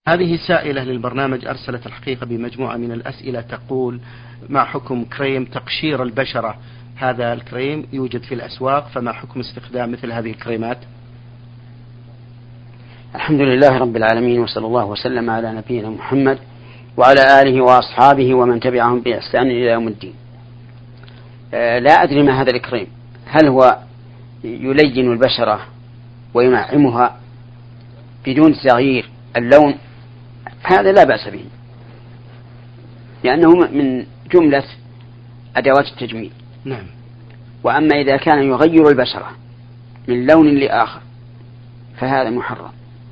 هذه سائلة للبرنامج أرسلت الحقيقة بمجموعة من الأسئلة تقول: ما حكم كريم تقشير البشرة؟ هذا الكريم يوجد في الأسواق، فما حكم استخدام مثل هذه الكريمات؟ الحمد لله رب العالمين، وصلى الله وسلم على نبينا محمد وعلى آله وأصحابه ومن تبعهم بإحسان إلى يوم الدين. لا أدري ما هذا الكريم، هل هو يلين البشرة وينعمها بدون تغيير اللون؟ هذا لا بأس به، لأنه من جملة أدوات التجميل. نعم. وأما إذا كان يغير البشرة من لون لآخر فهذا محرم،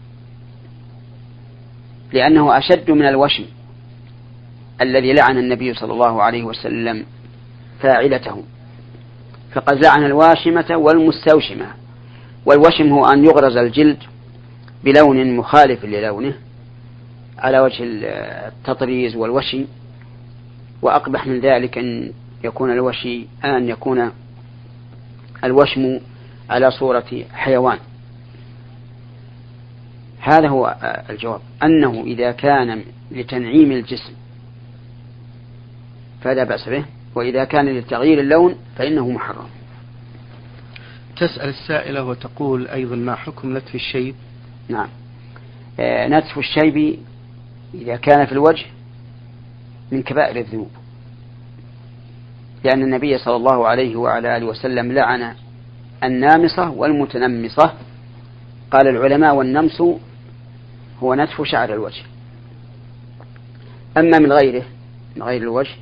لأنه أشد من الوشم الذي لعن النبي صلى الله عليه وسلم فاعلته، فقد لعن الواشمة والمستوشمة. والوشم هو أن يغرز الجلد بلون مخالف للونه على وجه التطريز والوشي، وأقبح من ذلك أن يكون الوشم على صورة حيوان. هذا هو الجواب، أنه إذا كان لتنعيم الجسم فلا بأس به، وإذا كان لتغيير اللون فإنه محرم. تسأل السائلة وتقول أيضا: ما حكم نتف الشيب؟ نعم، نتف الشيب إذا كان في الوجه من كبائر الذنوب، لأن النبي صلى الله عليه وعلى آله وسلم لعن النامصة والمتنمصة. قال العلماء: والنمص هو نتف شعر الوجه. أما من غير الوجه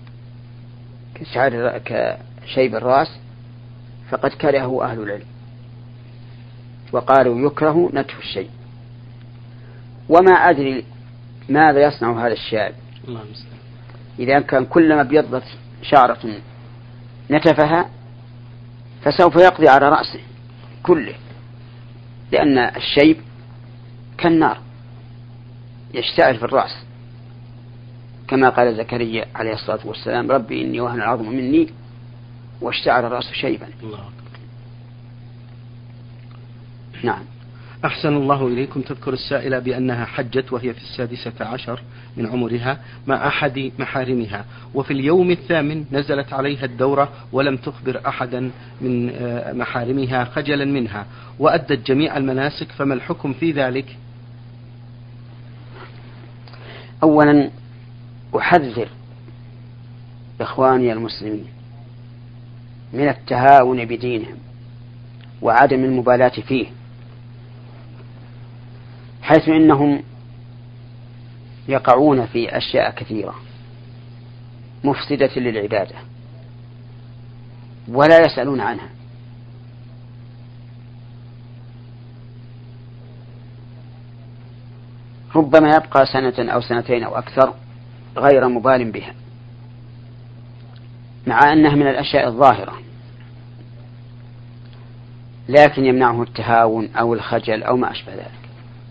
كشيب الرأس فقد كرهه أهل العلم وقالوا يكره نتف الشيب. وما أدري ماذا يصنع هذا الشاب إذا كان كلما ابيضت شعرة نتفها فسوف يقضي على رأسه كله، لأن الشيب كالنار يشتعل في الرأس، كما قال زكريا عليه الصلاة والسلام: ربي إني وهن العظم مني واشتعل الرأس شيبا. الله. نعم. أحسن الله إليكم. تذكر السائلة بأنها حجت وهي في 16 من عمرها مع أحد محارمها، وفي اليوم 8 نزلت عليها الدورة ولم تخبر أحدا من محارمها خجلا منها، وأدت جميع المناسك، فما الحكم في ذلك؟ أولا أحذر إخواني المسلمين من التهاون بدينهم وعدم المبالاة فيه، حيث إنهم يقعون في أشياء كثيرة مفسدة للعبادة ولا يسألون عنها. ربما يبقى سنة أو سنتين أو أكثر غير مبال بها، مع أنها من الأشياء الظاهرة، لكن يمنعه التهاون أو الخجل أو ما أشبه ذلك.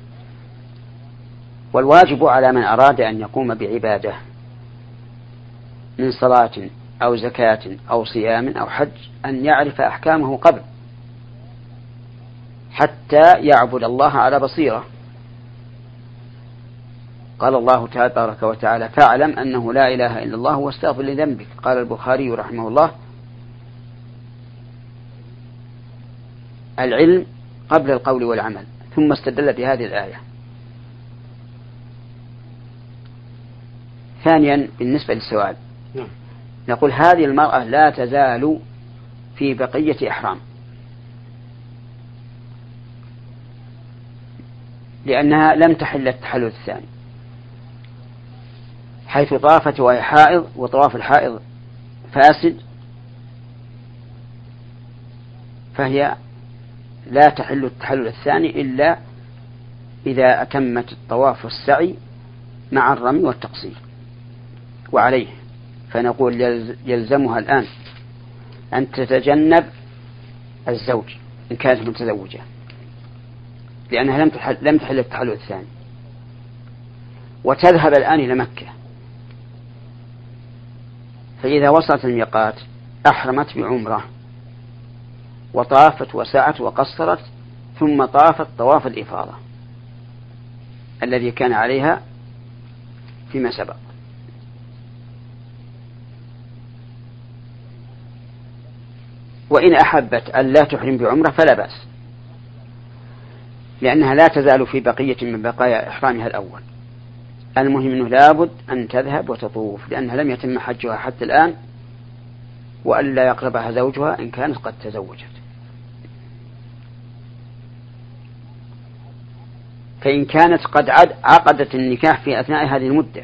والواجب على من أراد أن يقوم بعبادة من صلاة أو زكاة أو صيام أو حج أن يعرف أحكامه قبل، حتى يعبد الله على بصيرة. قال الله تبارك وتعالى: فاعلم أنه لا إله إلا الله واستغفر لذنبك. قال البخاري رحمه الله: العلم قبل القول والعمل، ثم استدل بهذه الآية. ثانيا، بالنسبة للسؤال، نقول هذه المرأة لا تزال في بقية إحرام، لأنها لم تحل التحلل الثاني، حيث طافت وهي حائض، وطواف الحائض فاسد، فهي لا تحل التحلل الثاني إلا إذا أتمت الطواف والسعي مع الرمي والتقصير. وعليه فنقول يلزمها الآن أن تتجنب الزوج إن كانت متزوجة، لأنها لم تحل التحلل الثاني، وتذهب الآن إلى مكة، فإذا وصلت الميقات أحرمت بعمرة وطافت وسعت وقصرت، ثم طافت طواف الإفاضة، الذي كان عليها فيما سبق. وإن أحبت أن لا تحرم بعمرة فلا بأس، لأنها لا تزال في بقية من بقايا إحرامها الأول. المهم أنه لابد أن تذهب وتطوف، لأنها لم يتم حجها حتى الآن، وألا يقربها زوجها إن كانت قد تزوجت. فإن كانت قد عقدت النكاح في أثناء هذه المدة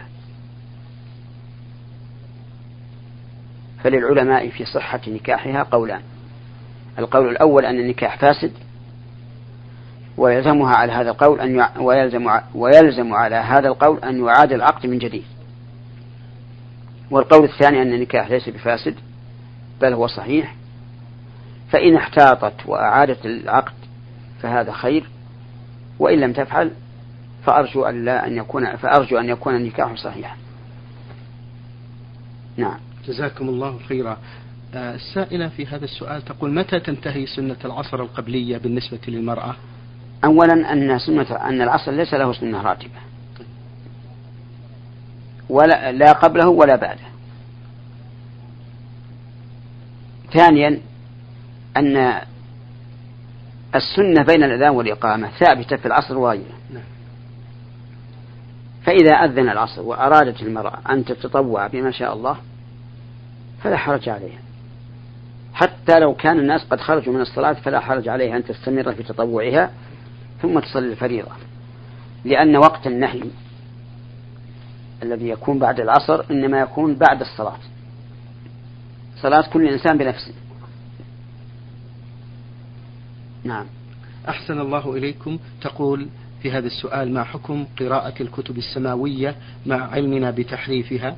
فللعلماء في صحة نكاحها قولان. القول الأول أن النكاح فاسد، ويلزمها على هذا القول ويلزم على هذا القول أن يعاد العقد من جديد. والقول الثاني أن النكاح ليس بفاسد بل هو صحيح، فإن احتاطت وأعادت العقد فهذا خير، وإن لم تفعل فأرجو أن يكون النكاح صحيحا. نعم. جزاكم الله خيرا. السائلة في هذا السؤال تقول: متى تنتهي سنة العصر القبلية بالنسبة للمرأة؟ أولا أن العصر ليس له سنة راتبة، ولا لا قبله ولا بعده. ثانيا أن السنة بين الأذان والإقامة ثابتة في العصر وغيره. فإذا أذن العصر وأرادت المرأة أن تتطوع بما شاء الله فلا حرج عليها، حتى لو كان الناس قد خرجوا من الصلاة فلا حرج عليها أن تستمر في تطوعها ثم تصلي الفريضة، لأن وقت النهي الذي يكون بعد العصر إنما يكون بعد الصلاة، صلاة كل إنسان بنفسه. نعم. أحسن الله إليكم. تقول في هذا السؤال: ما حكم قراءة الكتب السماوية مع علمنا بتحريفها؟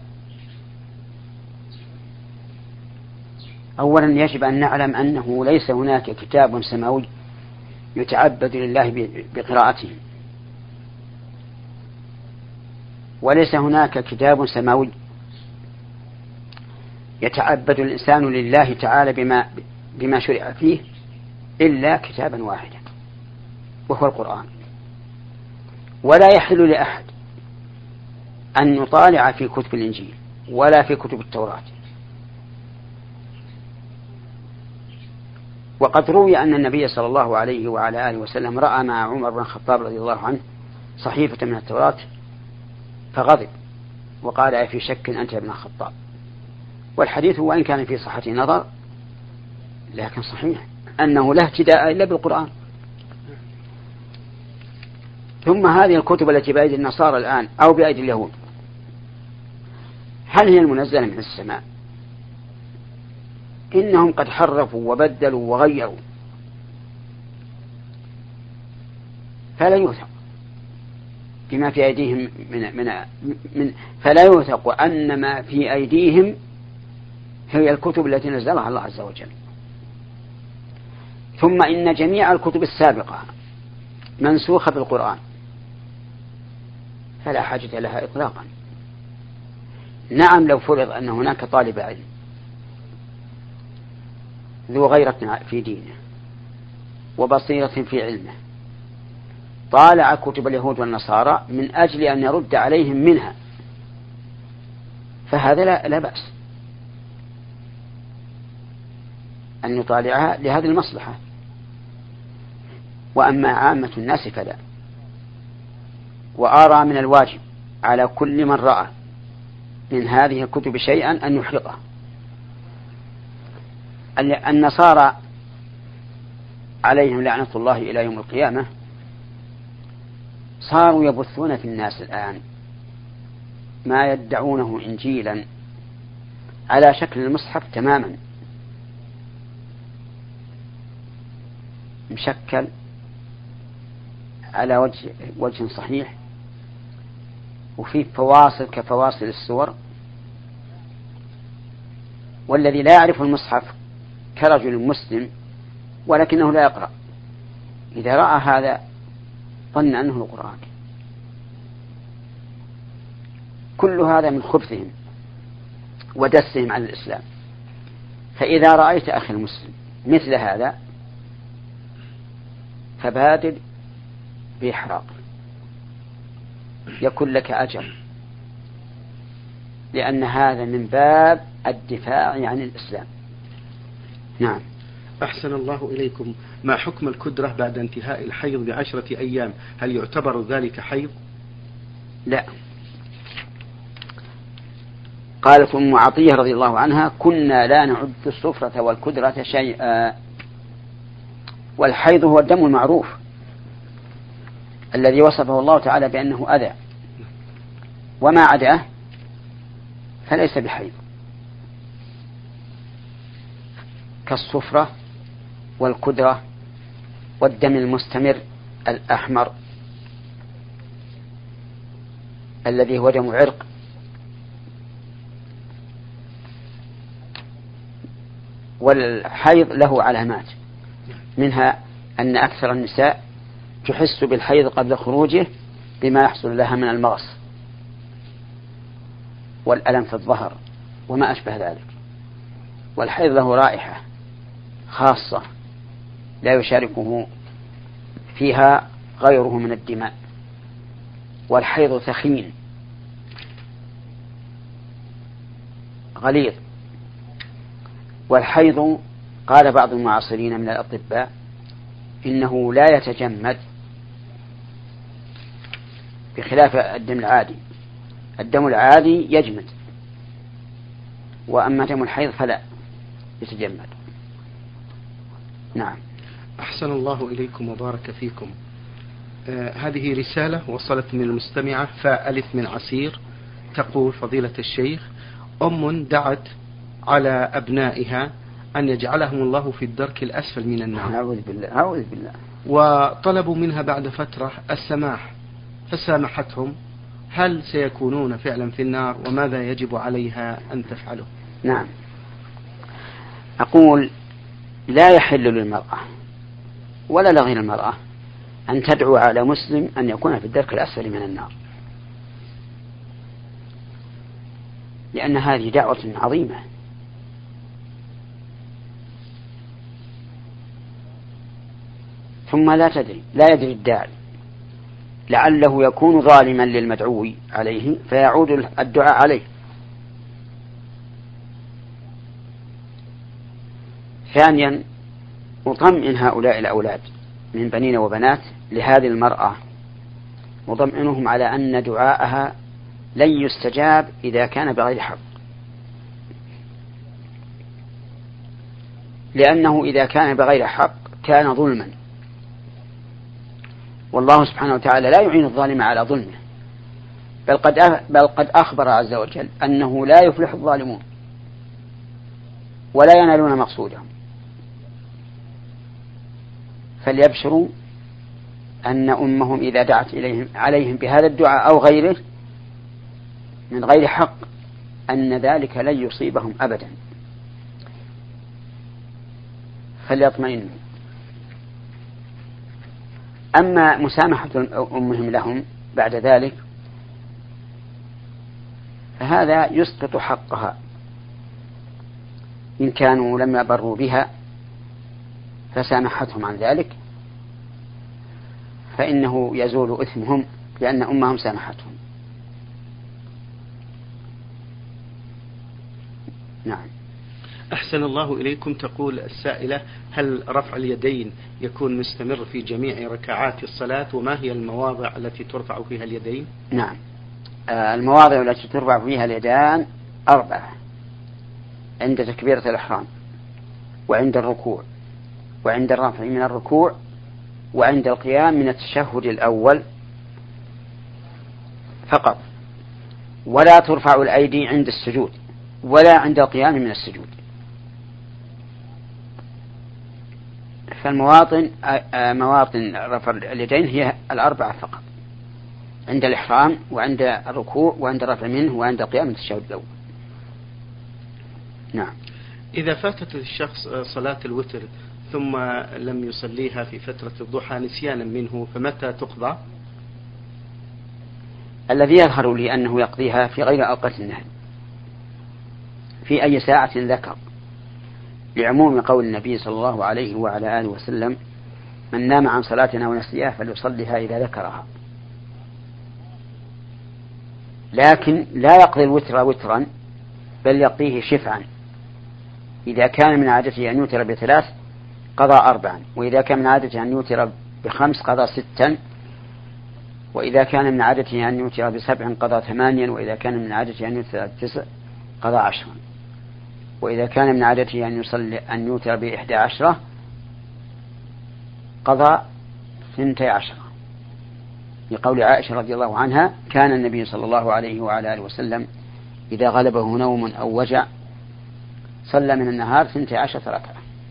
أولا يجب أن نعلم أنه ليس هناك كتاب سماوي يتعبد لله بقراءته، وليس هناك كتاب سماوي يتعبد الإنسان لله تعالى بما شرع فيه إلا كتابا واحدا وهو القرآن. ولا يحل لأحد أن يطالع في كتب الإنجيل ولا في كتب التوراة. وقد روي أن النبي صلى الله عليه وعلى آله وسلم رأى مع عمر بن الخطاب رضي الله عنه صحيفة من التوراة فغضب وقال: أفي شك أنت يا ابن الخطاب؟ والحديث وإن كان في صحته نظر لكن صحيح أنه لا اهتداء إلا بالقرآن. ثم هذه الكتب التي بأيدي النصارى الآن أو بأيدي اليهود هل هي المنزلة من السماء؟ إنهم قد حرفوا وبدلوا وغيروا، فلا يوثق بما في أيديهم فلا يوثق أن ما في أيديهم هي الكتب التي نزلها الله عز وجل. ثم إن جميع الكتب السابقة منسوخة بالقرآن فلا حاجة لها إطلاقا. نعم، لو فرض أن هناك طالب علم ذو غيرة في دينه وبصيرة في علمه طالع كتب اليهود والنصارى من أجل أن يرد عليهم منها فهذا لا بأس أن يطالعها لهذه المصلحة. وأما عامة الناس فلا. وأرى من الواجب على كل من رأى من هذه الكتب شيئا أن يحرقه. النصارى عليهم لعنة الله إلى يوم القيامة صاروا يبثون في الناس الآن ما يدعونه إنجيلا على شكل المصحف تماما، مشكل على وجه صحيح، وفيه فواصل كفواصل السور. والذي لا يعرف المصحف كرجل مسلم ولكنه لا يقرأ إذا رأى هذا ظن أنه القرآن. كل هذا من خبثهم ودسهم على الإسلام. فإذا رأيت أخي المسلم مثل هذا فبادر بإحراق يكون لك أجر، لأن هذا من باب الدفاع عن الإسلام. نعم. أحسن الله إليكم، ما حكم الكدرة بعد انتهاء الحيض ب10 أيام؟ هل يعتبر ذلك حيض؟ لا. قالت أم عطية رضي الله عنها: كنا لا نعد الصفرة والكدرة شيئا، والحيض هو الدم المعروف الذي وصفه الله تعالى بأنه أذى، وما عداه فليس بحيض، كالصفرة والكدرة والدم المستمر الأحمر الذي هو دم عرق. والحيض له علامات، منها أن أكثر النساء تحس بالحيض قبل خروجه بما يحصل لها من المغص والألم في الظهر وما أشبه ذلك. والحيض له رائحة خاصة لا يشاركه فيها غيره من الدماء، والحيض ثخين غليظ. والحيض قال بعض المعاصرين من الأطباء إنه لا يتجمد بخلاف الدم العادي. الدم العادي يجمد، وأما دم الحيض فلا يتجمد. نعم. أحسن الله إليكم وبارك فيكم. هذه رسالة وصلت من المستمعة فاء ألف من عسير، تقول: فضيلة الشيخ، أم دعت على أبنائها أن يجعلهم الله في الدرك الأسفل من النار. أعوذ بالله أعوذ بالله. وطلبوا منها بعد فترة السماح، فسامحتهم. هل سيكونون فعلا في النار؟ وماذا يجب عليها أن تفعله؟ نعم. أقول: لا يحل للمرأة ولا لغير المرأة أن تدعو على مسلم أن يكون في الدرك الأسفل من النار، لأن هذه دعوة عظيمة. ثم لا يدري الداعي، لعله يكون ظالما للمدعو عليه فيعود الدعاء عليه. ثانيا، أطمئن هؤلاء الأولاد من بنين وبنات لهذه المرأة، مطمئنهم على أن دعاءها لن يستجاب إذا كان بغير حق، لأنه إذا كان بغير حق كان ظلما، والله سبحانه وتعالى لا يعين الظالم على ظلمه، بل قد أخبر عز وجل أنه لا يفلح الظالمون ولا ينالون مقصودهم. فليبشروا أن أمهم إذا دعت عليهم بهذا الدعاء أو غيره من غير حق أن ذلك لن يصيبهم أبدا، فليطمئنوا. أما مسامحة أمهم لهم بعد ذلك فهذا يسقط حقها، إن كانوا لم يبروا بها فسامحتهم عن ذلك فإنه يزول إثمهم لأن أمهم سامحتهم. نعم. أحسن الله إليكم. تقول السائلة: هل رفع اليدين يكون مستمر في جميع ركعات الصلاة؟ وما هي المواضع التي ترفع فيها اليدين؟ نعم. المواضع التي ترفع فيها اليدان 4: عند تكبيرة الإحرام، وعند الركوع، وعند الرفع من الركوع، وعند القيام من التشهد الأول فقط. ولا ترفع الأيدي عند السجود ولا عند القيام من السجود. فالمواطن مواطن رفع اليدين هي 4 فقط: عند الإحرام، وعند الركوع، وعند الرفع منه، وعند القيام من التشهد الأول. نعم. إذا فاتت الشخص صلاة الوتر ثم لم يصليها في فترة الضحى نسيانا منه، فمتى تقضى؟ الذي يظهر لي أنه يقضيها في غير أوقات النهي، في أي ساعة ذكر، لعموم قول النبي صلى الله عليه وعلى آله وسلم: من نام عن صلاتنا ونسيها فليصليها إذا ذكرها. لكن لا يقضي الوتر وترا، بل يقضيه شفعا. إذا كان من عادته أن يوتر ب3 قضى 4، وإذا كان من عادته أن يوتر ب5 قضى 6، وإذا كان من عادته أن يوتر ب7 قضى 8، وإذا كان من عادته أن يوتر ب9 قضى 10، وإذا كان من عادته أن يوتر ب11 قضى 12. لقول عائشة رضي الله عنها: كان النبي صلى الله عليه وعلى آله وسلم إذا غلبه نوم أو وجع صلى من النهار 12 ركعة.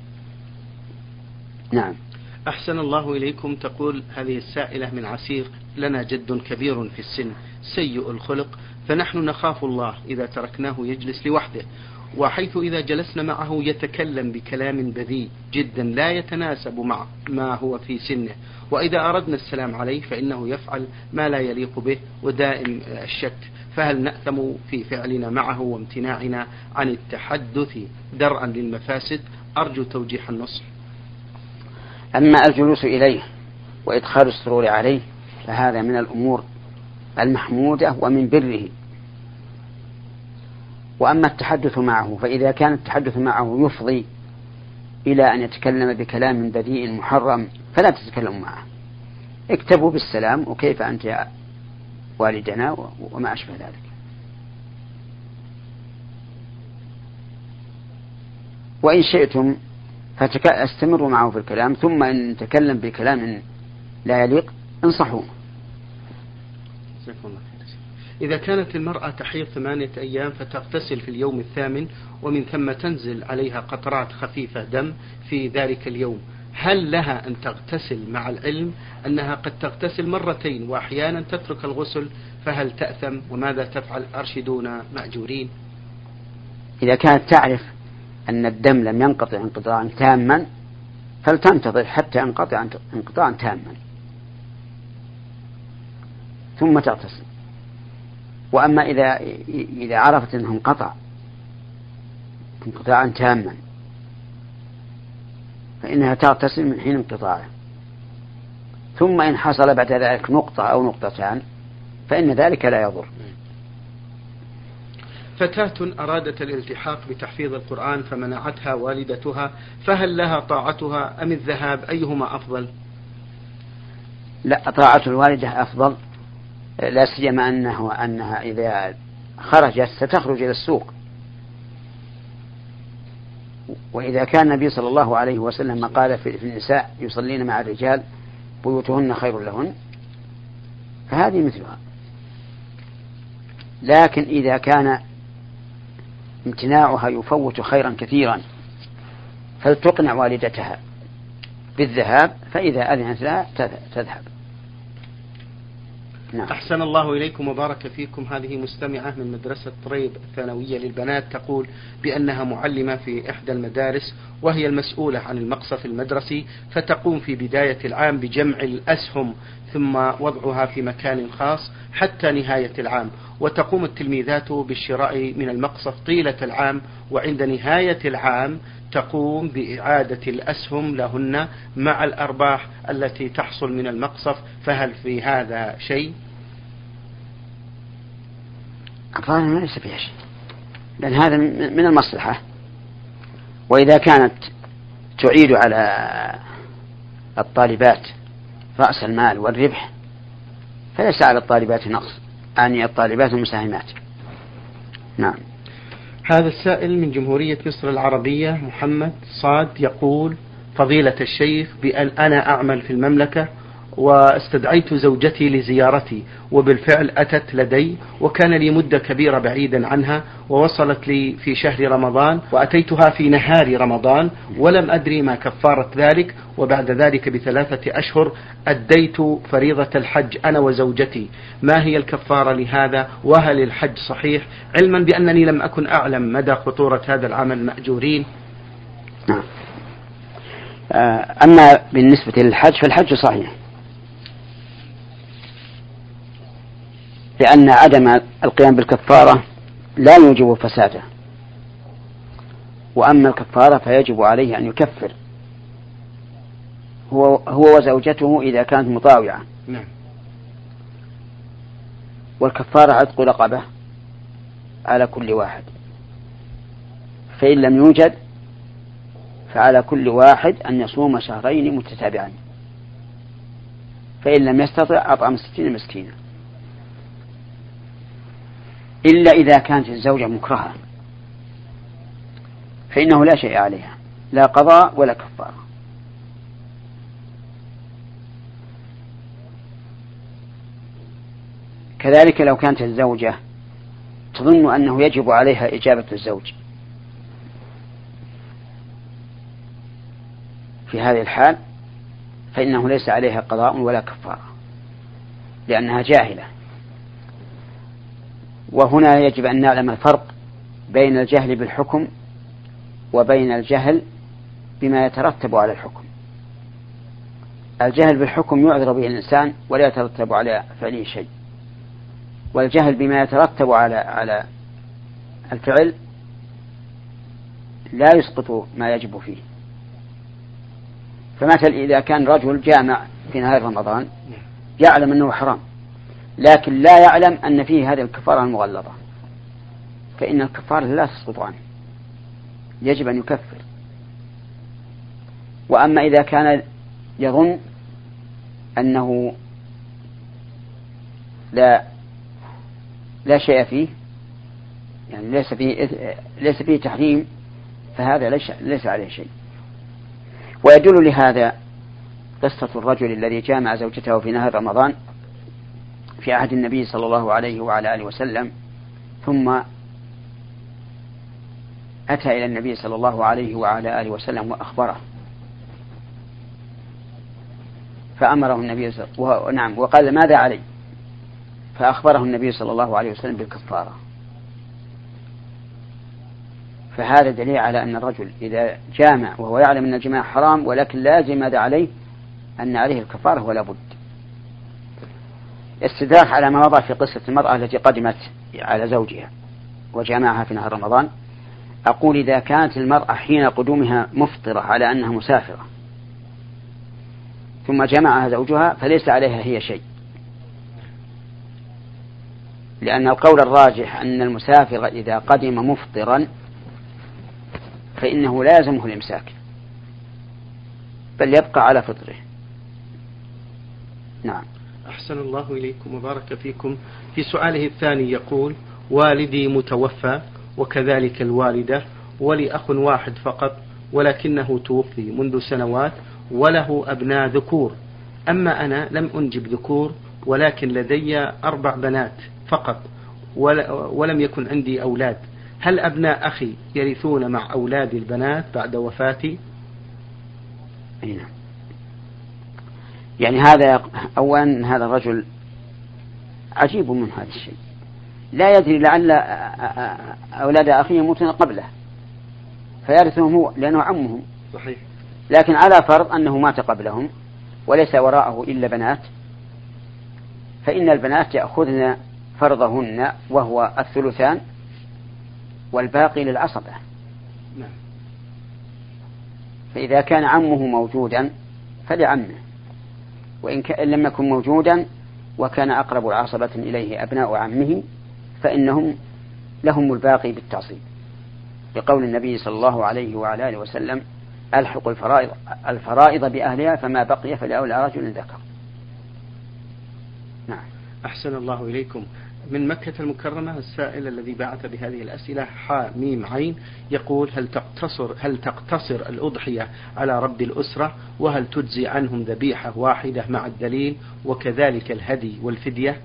نعم. أحسن الله إليكم. تقول هذه السائلة من عسير: لنا جد كبير في السن سيء الخلق، فنحن نخاف الله إذا تركناه يجلس لوحده، وحيث إذا جلسنا معه يتكلم بكلام بذيء جدا لا يتناسب مع ما هو في سنه، وإذا أردنا السلام عليه فإنه يفعل ما لا يليق به ودائم الشك، فهل نأثم في فعلنا معه وامتناعنا عن التحدث درءا للمفاسد؟ أرجو توجيه النصح. أما الجلوس إليه وإدخال السرور عليه فهذا من الأمور المحمودة ومن بره. وأما التحدث معه فإذا كان التحدث معه يفضي إلى أن يتكلم بكلام بذيء محرم فلا تتكلم معه، اكتبوا بالسلام وكيف أنت يا والدنا وما أشبه ذلك. وإن شئتم فاستمروا معه في الكلام، ثم إن تكلم بكلام لا يليق انصحوه. إذا كانت المرأة تحيض 8 أيام فتغتسل في اليوم 8 ومن ثم تنزل عليها قطرات خفيفة دم في ذلك اليوم، هل لها أن تغتسل مع العلم أنها قد تغتسل 2 مرات وأحيانا تترك الغسل، فهل تأثم وماذا تفعل؟ أرشدونا مأجورين. إذا كانت تعرف أن الدم لم ينقطع انقطاعا تاما فلتنتظر حتى ينقطع انقطاعا تاما ثم تغتسل. وأما إذا عرفت أنه انقطع انقطاعا تاما فإنها تغتسل من حين انقطاعه، ثم إن حصل بعد ذلك نقطة أو نقطتان فإن ذلك لا يضر. فتاة أرادت الالتحاق بتحفيظ القرآن فمنعتها والدتها، فهل لها طاعتها أم الذهاب؟ أيهما أفضل؟ لا، طاعة الوالدة أفضل، لا سيما أنها إذا خرجت ستخرج إلى السوق. وإذا كان النبي صلى الله عليه وسلم قال في النساء يصلين مع الرجال بيوتهن خير لهن، فهذه مثلها. لكن إذا كان امتناعها يفوت خيرا كثيرا فلتقنع والدتها بالذهاب، فإذا أذنت لها تذهب. نعم. أحسن الله إليكم وبارك فيكم. هذه مستمعة من مدرسة طريب الثانوية للبنات تقول بأنها معلمة في إحدى المدارس وهي المسؤولة عن المقصف المدرسي، فتقوم في بداية العام بجمع الأسهم ثم وضعها في مكان خاص حتى نهاية العام، وتقوم التلميذات بالشراء من المقصف طيلة العام، وعند نهاية العام تقوم بإعادة الأسهم لهن مع الأرباح التي تحصل من المقصف، فهل في هذا شيء؟ الظاهر ليس فيها شيء، لأن هذا من المصلحة. وإذا كانت تعيد على الطالبات رأس المال والربح فليس على الطالبات نقص، يعني الطالبات المساهمات. نعم. هذا السائل من جمهورية مصر العربية محمد صاد يقول: فضيلة الشيخ، بأن أنا أعمل في المملكة واستدعيت زوجتي لزيارتي، وبالفعل أتت لدي، وكان لي مدة كبيرة بعيدا عنها، ووصلت لي في شهر رمضان وأتيتها في نهار رمضان، ولم أدري ما كفارة ذلك، وبعد ذلك ب3 أشهر أديت فريضة الحج أنا وزوجتي، ما هي الكفارة لهذا؟ وهل الحج صحيح؟ علما بأنني لم أكن أعلم مدى خطورة هذا العمل مأجورين. نعم. أما بالنسبة للحج فالحج صحيح، لأن عدم القيام بالكفارة لا يوجب فساده، وأما الكفارة فيجب عليه أن يكفر هو وزوجته إذا كانت مطاوعة. نعم. والكفارة عتق رقبة على كل واحد، فإن لم يوجد فعلى كل واحد أن يصوم شهرين متتابعين، فإن لم يستطع أطعم 60 مسكينا، إلا إذا كانت الزوجة مكرهة فإنه لا شيء عليها، لا قضاء ولا كفارة. كذلك لو كانت الزوجة تظن أنه يجب عليها إجابة الزوج، في هذه الحال فإنه ليس عليها قضاء ولا كفارة لأنها جاهلة. وهنا يجب أن نعلم الفرق بين الجهل بالحكم وبين الجهل بما يترتب على الحكم. الجهل بالحكم يعذر به الإنسان ولا يترتب على فعله شيء، والجهل بما يترتب على الفعل لا يسقط ما يجب فيه. فمثل إذا كان رجل جامع في نهار رمضان يعلم أنه حرام لكن لا يعلم أن فيه هذه الكفارة المغلظة، فإن الكفارة لا تسقط عنه، يجب أن يكفر. وأما إذا كان يظن أنه لا شيء فيه، يعني ليس فيه تحريم، فهذا ليس عليه شيء. ويدل لهذا قصة الرجل الذي جامع زوجته في نهار رمضان في عهد النبي صلى الله عليه وعلى آله وسلم، ثم أتى إلى النبي صلى الله عليه وعلى آله وسلم وأخبره، فأمره النبي وقال ماذا علي؟ فأخبره النبي صلى الله عليه وسلم بالكفارة. فهذا دليل على أن الرجل إذا جامع وهو يعلم أن الجماع حرام ولكن لازم ماذا عليه؟ أن عليه الكفارة ولا بد. استدراك على ما مضى في قصة المرأة التي قدمت على زوجها وجامعها في نهار رمضان، أقول إذا كانت المرأة حين قدومها مفطرة على أنها مسافرة ثم جمعها زوجها فليس عليها هي شيء، لأن القول الراجح أن المسافر إذا قدم مفطرا فإنه لا يلزمه الإمساك بل يبقى على فطره. نعم. أحسن الله إليكم وبارك فيكم. في سؤاله الثاني يقول: والدي متوفى وكذلك الوالدة، ولي أخ واحد فقط ولكنه توفي منذ سنوات وله أبناء ذكور، أما أنا لم أنجب ذكور ولكن لدي 4 بنات فقط ولم يكن عندي أولاد، هل أبناء أخي يرثون مع أولاد البنات بعد وفاتي؟ نعم. يعني هذا أولا هذا الرجل عجيب من هذا الشيء، لا يدري لعل أولاد أخيه يموتون قبله فيرثهم هو لأنه عمهم. صحيح. لكن على فرض أنه مات قبلهم وليس وراءه إلا بنات، فإن البنات يأخذن فرضهن وهو 1/3 والباقي للعصبة. نعم. فإذا كان عمه موجودا فلعمه، وإن لم يكن موجودا وكان أقرب العصبة إليه أبناء عمه فإنهم لهم الباقي بالتعصيب، لقول النبي صلى الله عليه وعلى آله وسلم: ألحق الفرائض بأهلها فما بقي فلأولى رجل ذكر. نعم. أحسن الله إليكم. من مكة المكرمة السائل الذي بعث بهذه الأسئلة ح.م.ع يقول: هل تقتصر الأضحية على رب الأسرة، وهل تجزي عنهم ذبيحة واحدة مع الدليل، وكذلك الهدي والفدية؟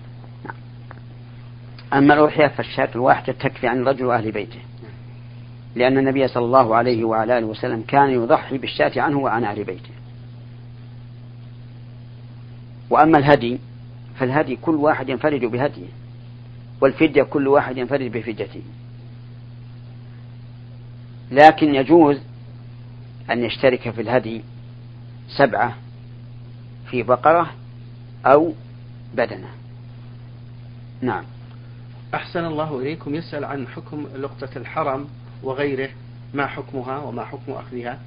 أما الأضحية فالشاة الواحدة تكفي عن الرجل وأهل بيته، لأن النبي صلى الله عليه وعلى آله وسلم كان يضحي بالشاة عنه وعن أهل بيته. وأما الهدي فالهدي كل واحد ينفرد بهديه، والفدية كل واحد ينفرد بفديته، لكن يجوز أن يشترك في الهدي 7 في بقرة أو بدنة. نعم. أحسن الله إليكم. يسأل عن حكم لقطة الحرم وغيره، ما حكمها وما حكم أخذها؟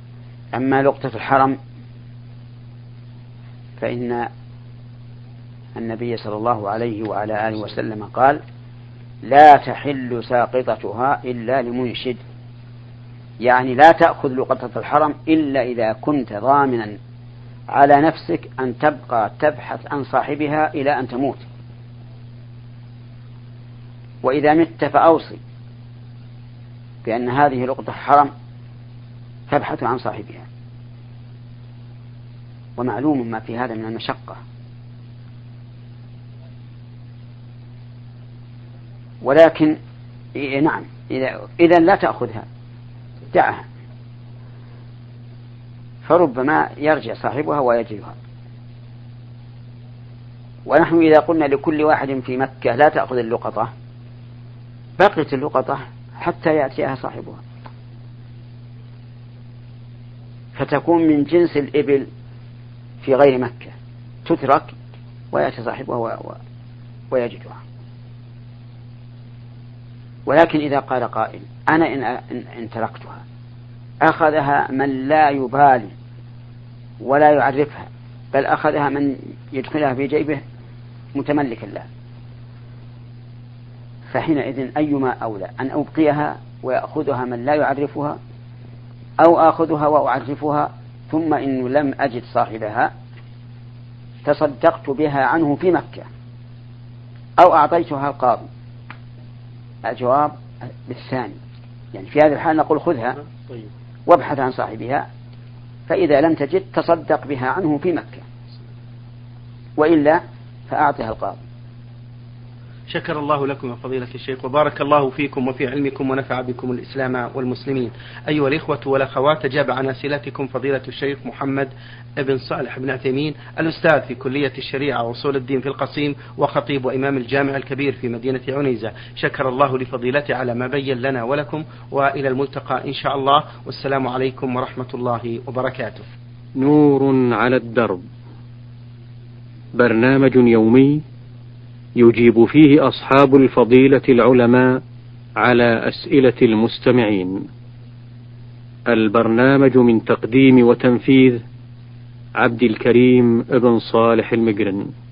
أما لقطة الحرم فإن النبي صلى الله عليه وعلى آله وسلم قال: لا تحل ساقطتها إلا لمنشد، يعني لا تأخذ لقطة الحرم إلا إذا كنت ضامنا على نفسك أن تبقى تبحث عن صاحبها إلى أن تموت، وإذا مت فأوصي بأن هذه لقطة حرم فابحث عن صاحبها. ومعلوم ما في هذا من المشقة، ولكن نعم إذا لا تأخذها، دعها، فربما يرجع صاحبها ويجدها. ونحن إذا قلنا لكل واحد في مكة لا تأخذ اللقطة، بقيت اللقطة حتى يأتيها صاحبها، فتكون من جنس الإبل في غير مكة، تترك ويأتي صاحبها ويجدها. ولكن إذا قال قائل: أنا إن تركتها أخذها من لا يبالي ولا يعرفها، بل أخذها من يدخلها في جيبه متملكا لها، فحينئذ أيما أولى أن أبقيها ويأخذها من لا يعرفها، أو آخذها وأعرفها ثم إن لم أجد صاحبها تصدقت بها عنه في مكة أو أعطيتها القاضي؟ الجواب بالثاني، يعني في هذه الحال نقول خذها وابحث عن صاحبها، فإذا لم تجد تصدق بها عنه في مكة، وإلا فأعطها القاضي. شكر الله لكم يا فضيلة الشيخ، وبارك الله فيكم وفي علمكم ونفع بكم الإسلام والمسلمين. أيها الإخوة والأخوات، أجاب عن أسئلتكم فضيلة الشيخ محمد بن صالح بن عثيمين، الأستاذ في كلية الشريعة وأصول الدين في القصيم، وخطيب وإمام الجامع الكبير في مدينة عنيزة. شكر الله لفضيلته على ما بين لنا ولكم، وإلى الملتقى إن شاء الله، والسلام عليكم ورحمة الله وبركاته. نور على الدرب، برنامج يومي يجيب فيه أصحاب الفضيلة العلماء على أسئلة المستمعين. البرنامج من تقديم وتنفيذ عبد الكريم بن صالح المقرن.